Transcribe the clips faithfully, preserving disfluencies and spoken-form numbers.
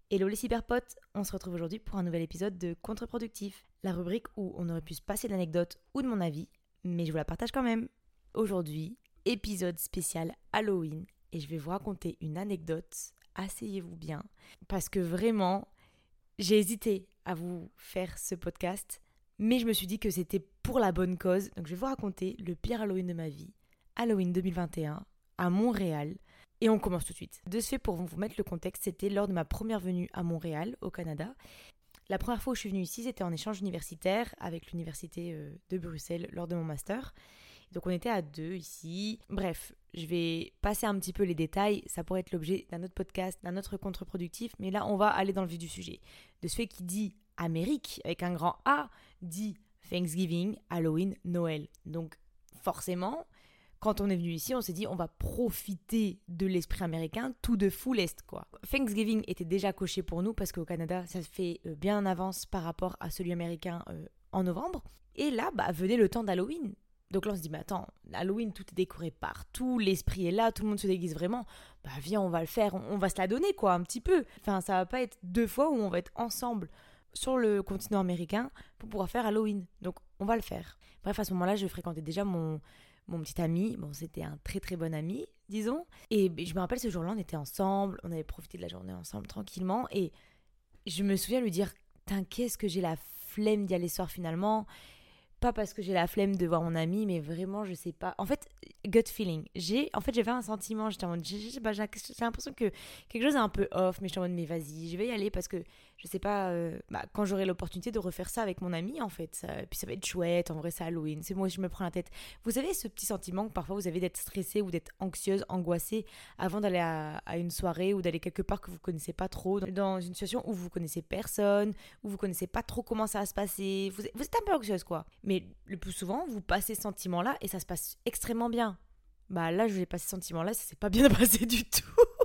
Hello les cyberpotes, on se retrouve aujourd'hui pour un nouvel épisode de Contre-productif, la rubrique où on aurait pu se passer d'anecdotes ou de mon avis, mais je vous la partage quand même. Aujourd'hui, épisode spécial Halloween, et je vais vous raconter une anecdote, asseyez-vous bien, parce que vraiment, j'ai hésité à vous faire ce podcast, mais je me suis dit que c'était pour la bonne cause, donc je vais vous raconter le pire Halloween de ma vie, Halloween deux mille vingt et un, à Montréal. Et on commence tout de suite. De ce fait, pour vous mettre le contexte, c'était lors de ma première venue à Montréal, au Canada. La première fois où je suis venue ici, c'était en échange universitaire avec l'université de Bruxelles lors de mon master. Donc on était à deux ici. Bref, je vais passer un petit peu les détails. Ça pourrait être l'objet d'un autre podcast, d'un autre contre-productif. Mais là, on va aller dans le vif du sujet. De ce fait, qui dit Amérique, avec un grand A, dit Thanksgiving, Halloween, Noël. Donc forcément... Quand on est venu ici, on s'est dit on va profiter de l'esprit américain tout de full est quoi. Thanksgiving était déjà coché pour nous parce qu'au Canada, ça se fait bien en avance par rapport à celui américain euh, en novembre. Et là, bah, venait le temps d'Halloween. Donc là, on se dit, mais attends, Halloween, tout est décoré partout, l'esprit est là, tout le monde se déguise vraiment. Bah viens, on va le faire, on, on va se la donner quoi, un petit peu. Enfin, ça va pas être deux fois où on va être ensemble sur le continent américain pour pouvoir faire Halloween. Donc, on va le faire. Bref, à ce moment-là, je fréquentais déjà mon... Mon petit ami, bon c'était un très très bon ami, disons. Et je me rappelle ce jour-là, on était ensemble, on avait profité de la journée ensemble tranquillement. Et je me souviens lui dire, putain, qu'est-ce que j'ai la flemme d'y aller ce soir finalement. Pas parce que j'ai la flemme de voir mon ami, mais vraiment, je sais pas. En fait, gut feeling. J'ai, en fait, j'avais un sentiment, j'étais en mode, j'ai, j'ai, j'ai l'impression que quelque chose est un peu off, mais j'étais en mode, mais vas-y, je vais y aller parce que, je sais pas, euh, bah, quand j'aurai l'opportunité de refaire ça avec mon ami, en fait, ça, puis ça va être chouette, en vrai, c'est Halloween, c'est moi, je me prends la tête. Vous avez ce petit sentiment que parfois vous avez d'être stressée ou d'être anxieuse, angoissée avant d'aller à, à une soirée ou d'aller quelque part que vous connaissez pas trop, dans une situation où vous connaissez personne, où vous connaissez pas trop comment ça va se passer, vous, vous êtes un peu anxieuse, quoi. Mais le plus souvent, vous passez ce sentiment-là et ça se passe extrêmement bien. Bah là, je l'ai passé ce sentiment-là, ça s'est pas bien passé du tout.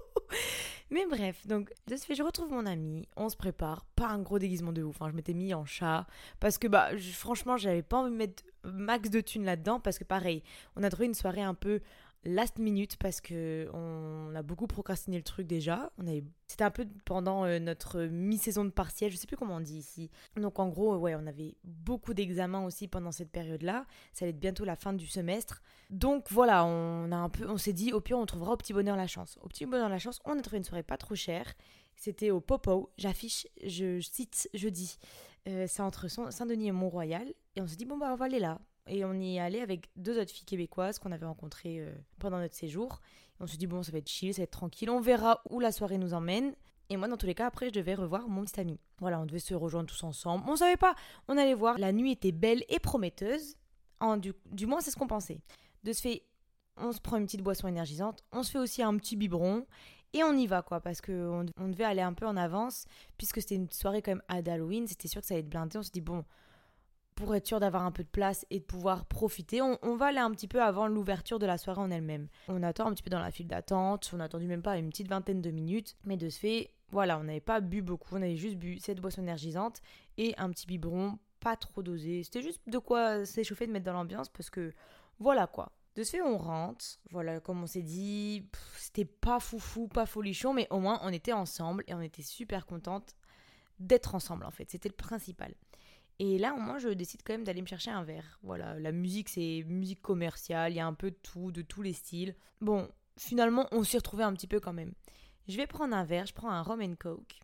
Mais bref, donc de ce fait, je retrouve mon ami, on se prépare, pas un gros déguisement de ouf, hein, je m'étais mis en chat, parce que bah je, franchement, j'avais pas envie de mettre max de thunes là-dedans, parce que pareil, on a trouvé une soirée un peu last minute, parce que on a beaucoup procrastiné le truc déjà, on avait... c'était un peu pendant euh, notre mi-saison de partiel, je sais plus comment on dit ici, donc en gros, ouais, on avait beaucoup d'examens aussi pendant cette période-là, ça allait être bientôt la fin du semestre, donc voilà, on a un peu, on s'est dit, au pire, on trouvera au petit bonheur la chance. Au petit bonheur la chance, on a trouvé une soirée pas trop chère. C'était au Popo, j'affiche, je cite jeudi. Euh, c'est entre Saint-Denis et Mont-Royal. Et on s'est dit, bon, bah, on va aller là. Et on y est allé avec deux autres filles québécoises qu'on avait rencontrées euh, pendant notre séjour. Et on s'est dit, bon, ça va être chill, ça va être tranquille. On verra où la soirée nous emmène. Et moi, dans tous les cas, après, je devais revoir mon petit ami. Voilà, on devait se rejoindre tous ensemble. On savait pas, on allait voir. La nuit était belle et prometteuse. En, du, du moins, c'est ce qu'on pensait. De ce fait, on se prend une petite boisson énergisante, on se fait aussi un petit biberon et on y va quoi, parce qu'on on devait aller un peu en avance puisque c'était une soirée quand même à Halloween, c'était sûr que ça allait être blindé. On se dit bon, pour être sûr d'avoir un peu de place et de pouvoir profiter, on, on va aller un petit peu avant l'ouverture de la soirée en elle-même. On attend un petit peu dans la file d'attente, on a attendu même pas une petite vingtaine de minutes, mais de ce fait, voilà, on n'avait pas bu beaucoup, on avait juste bu cette boisson énergisante et un petit biberon pas trop dosé. C'était juste de quoi s'échauffer, de mettre dans l'ambiance parce que voilà quoi. De ce fait, on rentre, voilà, comme on s'est dit, pff, c'était pas foufou, pas folichon, mais au moins on était ensemble et on était super contente d'être ensemble en fait, c'était le principal. Et là, au moins, je décide quand même d'aller me chercher un verre. Voilà, la musique, c'est musique commerciale, il y a un peu de tout, de tous les styles. Bon, finalement, on s'y retrouvait un petit peu quand même. Je vais prendre un verre, je prends un rum and coke.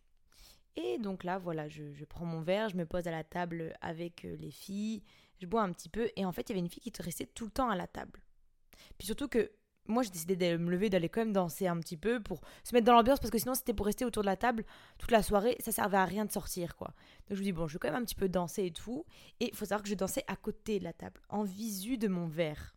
Et donc là, voilà, je, je prends mon verre, je me pose à la table avec les filles, je bois un petit peu. Et en fait, il y avait une fille qui restait tout le temps à la table. Puis surtout que moi, j'ai décidé de me lever, d'aller quand même danser un petit peu pour se mettre dans l'ambiance parce que sinon, c'était pour rester autour de la table toute la soirée, ça servait à rien de sortir, quoi. Donc, je me dis, bon, je vais quand même un petit peu danser et tout. Et il faut savoir que je dansais à côté de la table, en visu de mon verre.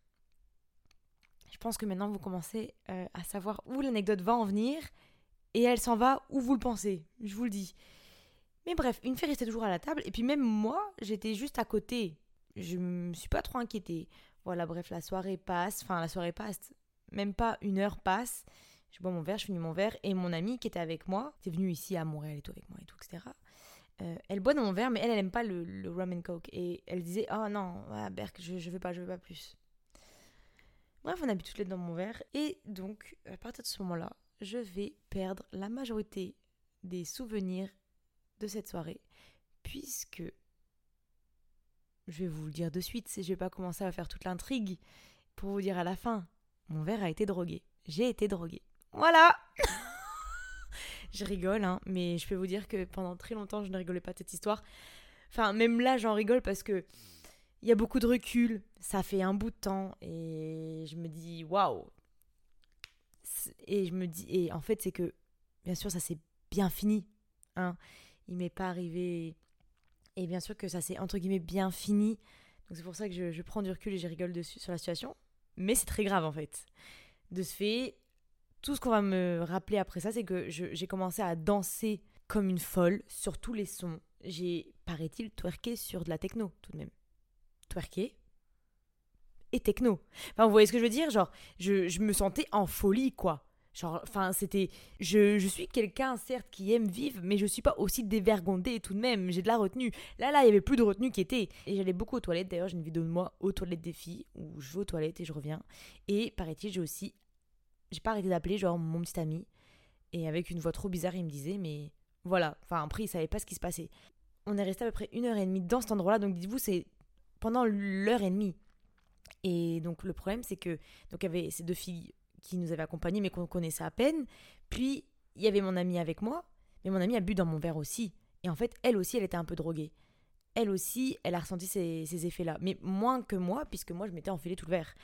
Je pense que maintenant, vous commencez euh, à savoir où l'anecdote va en venir et elle s'en va où vous le pensez, je vous le dis. Mais bref, une fille restait toujours à la table et puis même moi, j'étais juste à côté. Je me suis pas trop inquiétée. Voilà, bref, la soirée passe, enfin la soirée passe, même pas une heure passe. Je bois mon verre, je finis mon verre et mon amie qui était avec moi, qui est venue ici à Montréal et tout avec moi et tout, et cetera. Euh, elle boit dans mon verre, mais elle, elle aime pas le, le rum and coke et elle disait oh non, ah, Berk, je, je veux pas, je veux pas plus. Bref, on a bu toutes les deux dans mon verre et donc à partir de ce moment-là, je vais perdre la majorité des souvenirs de cette soirée, puisque, je vais vous le dire de suite, je vais pas commencer à faire toute l'intrigue, pour vous dire à la fin, mon verre a été drogué. J'ai été droguée. Voilà. Je rigole, hein, mais je peux vous dire que pendant très longtemps, je ne rigolais pas de cette histoire. Enfin, même là, j'en rigole parce que il y a beaucoup de recul. Ça fait un bout de temps et je me dis, waouh. Et je me dis, et en fait, c'est que, bien sûr, ça s'est bien fini. Hein. Il m'est pas arrivé. Et bien sûr que ça s'est, entre guillemets, bien fini. Donc c'est pour ça que je, je prends du recul et je rigole dessus, sur la situation. Mais c'est très grave, en fait. De ce fait, tout ce qu'on va me rappeler après ça, c'est que je, j'ai commencé à danser comme une folle sur tous les sons. J'ai, paraît-il, twerké sur de la techno, tout de même. Twerké et techno. Enfin, vous voyez ce que je veux dire ? Genre, je, je me sentais en folie, quoi. Genre, enfin, c'était... Je, je suis quelqu'un, certes, qui aime vivre, mais je suis pas aussi dévergondée tout de même. J'ai de la retenue. Là, là, il y avait plus de retenue qui était. Et j'allais beaucoup aux toilettes. D'ailleurs, j'ai une vidéo de moi aux toilettes des filles, où je vais aux toilettes et je reviens. Et, paraît-il, j'ai aussi... J'ai pas arrêté d'appeler, genre, mon petit ami. Et avec une voix trop bizarre, il me disait, mais... Voilà. Enfin, après, il savait pas ce qui se passait. On est resté à peu près une heure et demie dans cet endroit-là. Donc, dites-vous, c'est pendant l'heure et demie. Et donc, le problème, c'est que... Donc, il y avait ces deux filles qui nous avaient accompagnés, mais qu'on connaissait à peine. Puis, il y avait mon amie avec moi. Mais mon amie a bu dans mon verre aussi. Et en fait, elle aussi, elle était un peu droguée. Elle aussi, elle a ressenti ces, ces effets-là. Mais moins que moi, puisque moi, je m'étais enfilé tout le verre.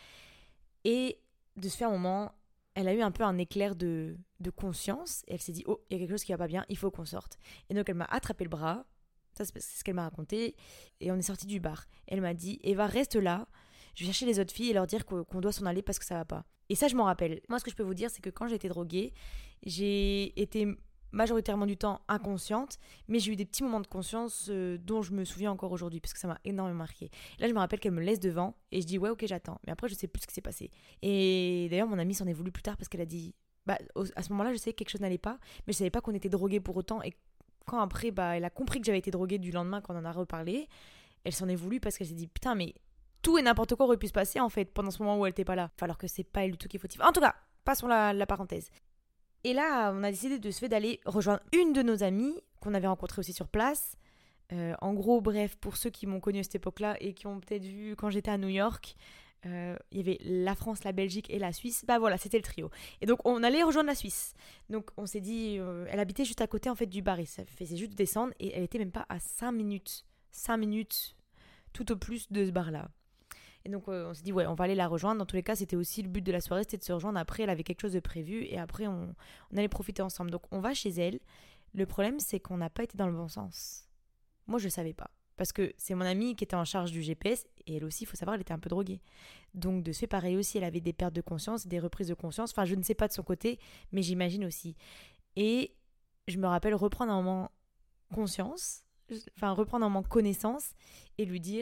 Et de ce fait, à un moment... Elle a eu un peu un éclair de, de conscience et elle s'est dit « Oh, il y a quelque chose qui va pas bien, il faut qu'on sorte. » Et donc elle m'a attrapé le bras, ça c'est ce qu'elle m'a raconté, et on est sorti du bar. Elle m'a dit « Eva, reste là, je vais chercher les autres filles et leur dire qu'on, qu'on doit s'en aller parce que ça va pas. » Et ça, je m'en rappelle. Moi, ce que je peux vous dire, c'est que quand j'ai été droguée, j'ai été majoritairement du temps inconsciente, mais j'ai eu des petits moments de conscience euh, dont je me souviens encore aujourd'hui, parce que ça m'a énormément marqué. Là, je me rappelle qu'elle me laisse devant, et je dis, ouais, ok, j'attends. Mais après, je sais plus ce qui s'est passé. Et d'ailleurs, mon amie s'en est voulu plus tard, parce qu'elle a dit, bah, à ce moment-là, je sais que quelque chose n'allait pas, mais je savais pas qu'on était drogués pour autant, et quand après, bah, elle a compris que j'avais été droguée du lendemain, quand on en a reparlé, elle s'en est voulu, parce qu'elle s'est dit, putain, mais tout et n'importe quoi aurait pu se passer, en fait, pendant ce moment où elle était pas là. Alors que c'est pas elle du tout qui est fautive. En tout cas, passons la, la parenthèse. Et là, on a décidé de se fait d'aller rejoindre une de nos amies qu'on avait rencontrée aussi sur place. Euh, en gros, bref, pour ceux qui m'ont connue à cette époque-là et qui ont peut-être vu quand j'étais à New York, euh, il y avait la France, la Belgique et la Suisse. Bah voilà, c'était le trio. Et donc, on allait rejoindre la Suisse. Donc, on s'est dit... Euh, elle habitait juste à côté, en fait, du bar. Et ça faisait juste descendre. Et elle était même pas à cinq minutes. cinq minutes, tout au plus, de ce bar-là. Et donc, euh, on s'est dit, ouais, on va aller la rejoindre. Dans tous les cas, c'était aussi le but de la soirée, c'était de se rejoindre. Après, elle avait quelque chose de prévu. Et après, on, on allait profiter ensemble. Donc, on va chez elle. Le problème, c'est qu'on n'a pas été dans le bon sens. Moi, je ne savais pas. Parce que c'est mon amie qui était en charge du G P S. Et elle aussi, il faut savoir, elle était un peu droguée. Donc, de ce fait, pareil aussi, elle avait des pertes de conscience, des reprises de conscience. Enfin, je ne sais pas de son côté, mais j'imagine aussi. Et je me rappelle reprendre un moment conscience, enfin, reprendre un moment connaissance et lui dire...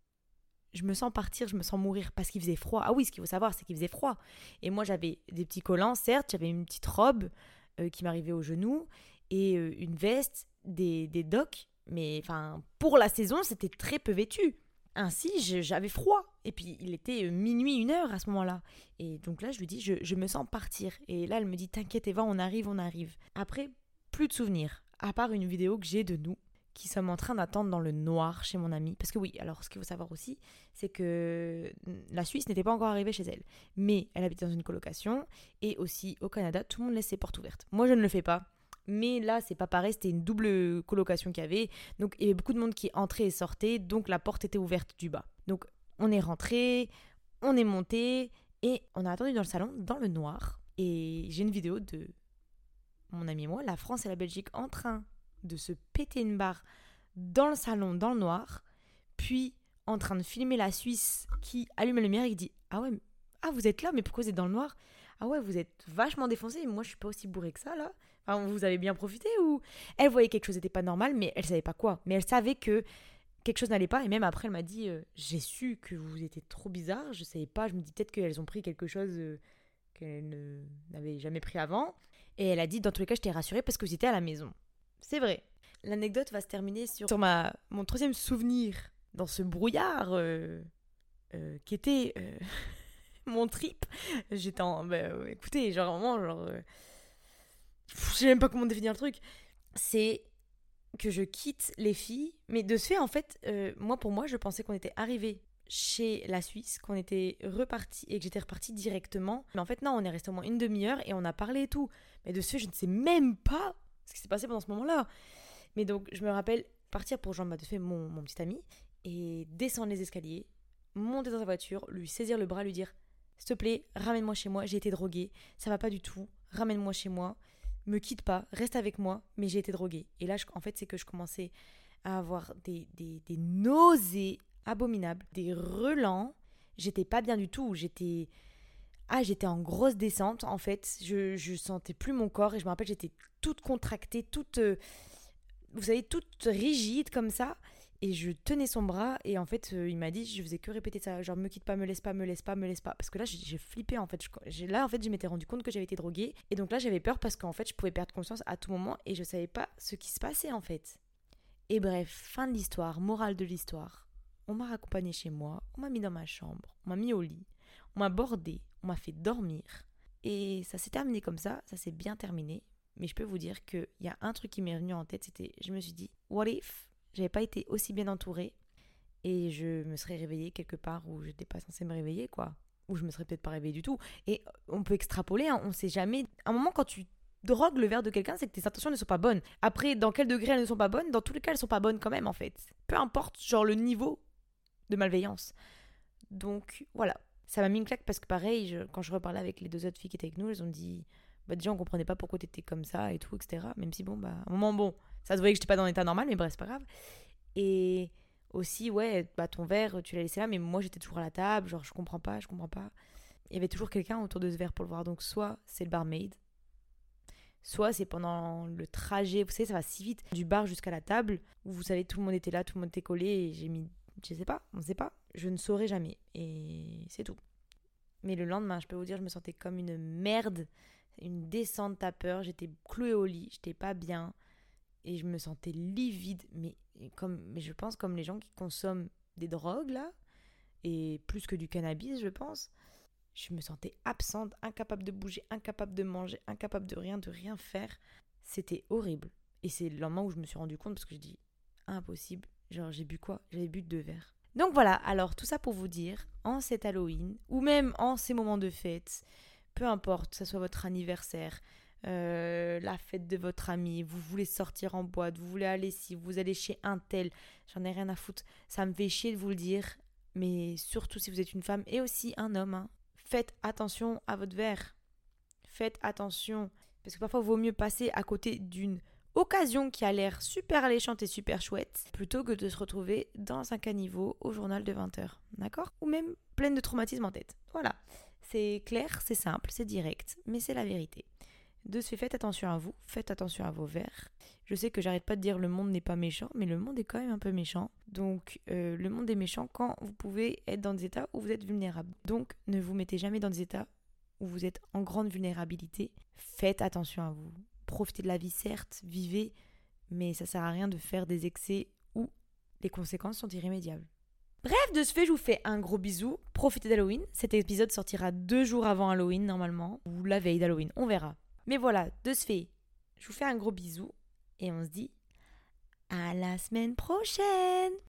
Je me sens partir, je me sens mourir parce qu'il faisait froid. Ah oui, ce qu'il faut savoir, c'est qu'il faisait froid. Et moi, j'avais des petits collants, certes, j'avais une petite robe euh, qui m'arrivait aux genoux et euh, une veste, des, des docks. Mais enfin, pour la saison, c'était très peu vêtu. Ainsi, je, j'avais froid. Et puis, il était euh, minuit, une heure à ce moment-là. Et donc là, je lui dis, je, je me sens partir. Et là, elle me dit, t'inquiète Eva, on arrive, on arrive. Après, plus de souvenirs, à part une vidéo que j'ai de nous qui sommes en train d'attendre dans le noir chez mon amie. Parce que oui, alors ce qu'il faut savoir aussi, c'est que la Suisse n'était pas encore arrivée chez elle. Mais elle habitait dans une colocation. Et aussi, au Canada, tout le monde laisse ses portes ouvertes. Moi, je ne le fais pas. Mais là, c'est pas pareil, c'était une double colocation qu'il y avait. Donc, il y avait beaucoup de monde qui entrait et sortait. Donc, la porte était ouverte du bas. Donc, on est rentré, on est monté. Et on a attendu dans le salon, dans le noir. Et j'ai une vidéo de mon ami et moi, la France et la Belgique, en train de se péter une barre dans le salon, dans le noir, puis en train de filmer la Suisse qui allume la lumière et qui dit « Ah ouais, ah vous êtes là, mais pourquoi vous êtes dans le noir ? Ah ouais, vous êtes vachement défoncé, moi je suis pas aussi bourré que ça là. Enfin, vous avez bien profité ou... » Elle voyait quelque chose n'était pas normal, mais elle savait pas quoi. Mais elle savait que quelque chose n'allait pas et même après elle m'a dit euh, « J'ai su que vous étiez trop bizarre, je savais pas, je me dis peut-être qu'elles ont pris quelque chose euh, qu'elles ne, n'avaient jamais pris avant. » Et elle a dit « Dans tous les cas, je t'ai rassurée parce que vous étiez à la maison. » C'est vrai. L'anecdote va se terminer sur, sur ma, mon troisième souvenir dans ce brouillard euh, euh, qui était euh, mon trip. J'étais en... Bah, euh, écoutez, genre vraiment, genre... Euh, je sais même pas comment définir le truc. c'est que je quitte les filles. Mais de ce fait, en fait, euh, moi, pour moi, je pensais qu'on était arrivé chez la Suisse, qu'on était reparti et que j'étais repartie directement. Mais en fait, non, on est resté au moins une demi-heure et on a parlé et tout. Mais de ce fait, je ne sais même pas ce qui s'est passé pendant ce moment-là. Mais donc, je me rappelle partir pour Jean, bah, de fait, mon, mon petit ami, et descendre les escaliers, monter dans sa voiture, lui saisir le bras, lui dire « S'il te plaît, ramène-moi chez moi, j'ai été droguée, ça va pas du tout, ramène-moi chez moi, me quitte pas, reste avec moi, mais j'ai été droguée. » Et là, je, en fait, c'est que je commençais à avoir des, des, des nausées abominables, des relents. J'étais pas bien du tout, j'étais... Ah, j'étais en grosse descente, en fait. Je, je sentais plus mon corps et je me rappelle, j'étais toute contractée, toute... Euh, vous savez, toute rigide comme ça. Et je tenais son bras et en fait, euh, il m'a dit, je faisais que répéter ça, genre me quitte pas, me laisse pas, me laisse pas, me laisse pas. Parce que là, j'ai, j'ai flippé en fait. Je, j'ai, là, en fait, je m'étais rendu compte que j'avais été droguée. Et donc là, j'avais peur parce qu'en fait, je pouvais perdre conscience à tout moment et je savais pas ce qui se passait en fait. Et bref, fin de l'histoire, morale de l'histoire. On m'a raccompagnée chez moi, on m'a mis dans ma chambre, on m'a mis au lit, on m'a bordé, on m'a fait dormir. Et ça s'est terminé comme ça, ça s'est bien terminé. Mais je peux vous dire qu'il y a un truc qui m'est venu en tête, c'était, je me suis dit, what if j'avais pas été aussi bien entourée et je me serais réveillée quelque part où j'étais pas censée me réveiller, quoi. Ou je me serais peut-être pas réveillée du tout. Et on peut extrapoler, hein, on sait jamais. À un moment, quand tu drogues le verre de quelqu'un, c'est que tes intentions ne sont pas bonnes. Après, dans quel degré elles ne sont pas bonnes, dans tous les cas, elles sont pas bonnes quand même, en fait. Peu importe, genre, le niveau de malveillance. Donc, voilà. Ça m'a mis une claque parce que, pareil, je, quand je reparlais avec les deux autres filles qui étaient avec nous, elles ont dit... Bah, déjà, on comprenait pas pourquoi t'étais comme ça et tout, et cetera. Même si, bon, bah, à un moment, bon, ça se voyait que j'étais pas dans l'état normal, mais bref, c'est pas grave. Et aussi, ouais, bah, ton verre, tu l'as laissé là, mais moi, j'étais toujours à la table, genre, je comprends pas, je comprends pas. Il y avait toujours quelqu'un autour de ce verre pour le voir. Donc, soit c'est le barmaid, soit c'est pendant le trajet, vous savez, ça va si vite, du bar jusqu'à la table, où vous savez, tout le monde était là, tout le monde était collé, et j'ai mis, je sais pas, on sait pas, je ne saurais jamais. Et c'est tout. Mais le lendemain, je peux vous dire, je me sentais comme une merde, une descente à peur, j'étais clouée au lit, j'étais pas bien, et je me sentais livide, mais, comme, mais je pense comme les gens qui consomment des drogues, là, et plus que du cannabis, je pense. Je me sentais absente, incapable de bouger, incapable de manger, incapable de rien, de rien faire. C'était horrible. Et c'est le lendemain où je me suis rendu compte, parce que je dis, impossible, genre j'ai bu quoi? J'avais bu deux verres. Donc voilà, alors tout ça pour vous dire, en cet Halloween, ou même en ces moments de fête, peu importe, que ce soit votre anniversaire, euh, la fête de votre ami, vous voulez sortir en boîte, vous voulez aller ici, vous allez chez un tel, j'en ai rien à foutre, ça me fait chier de vous le dire, mais surtout si vous êtes une femme et aussi un homme, hein, faites attention à votre verre, faites attention, parce que parfois il vaut mieux passer à côté d'une occasion qui a l'air super alléchante et super chouette, plutôt que de se retrouver dans un caniveau au journal de vingt heures, d'accord? Ou même pleine de traumatismes en tête. Voilà, c'est clair, c'est simple, c'est direct, mais c'est la vérité. De ce fait, faites attention à vous, faites attention à vos verres. Je sais que j'arrête pas de dire le monde n'est pas méchant, mais le monde est quand même un peu méchant. Donc euh, le monde est méchant quand vous pouvez être dans des états où vous êtes vulnérable. Donc ne vous mettez jamais dans des états où vous êtes en grande vulnérabilité. Faites attention à vous. Profitez de la vie, certes, vivez, mais ça sert à rien de faire des excès où les conséquences sont irrémédiables. Bref, de ce fait, je vous fais un gros bisou. Profitez d'Halloween. Cet épisode sortira deux jours avant Halloween, normalement, ou la veille d'Halloween, on verra. Mais voilà, de ce fait, je vous fais un gros bisou et on se dit à la semaine prochaine.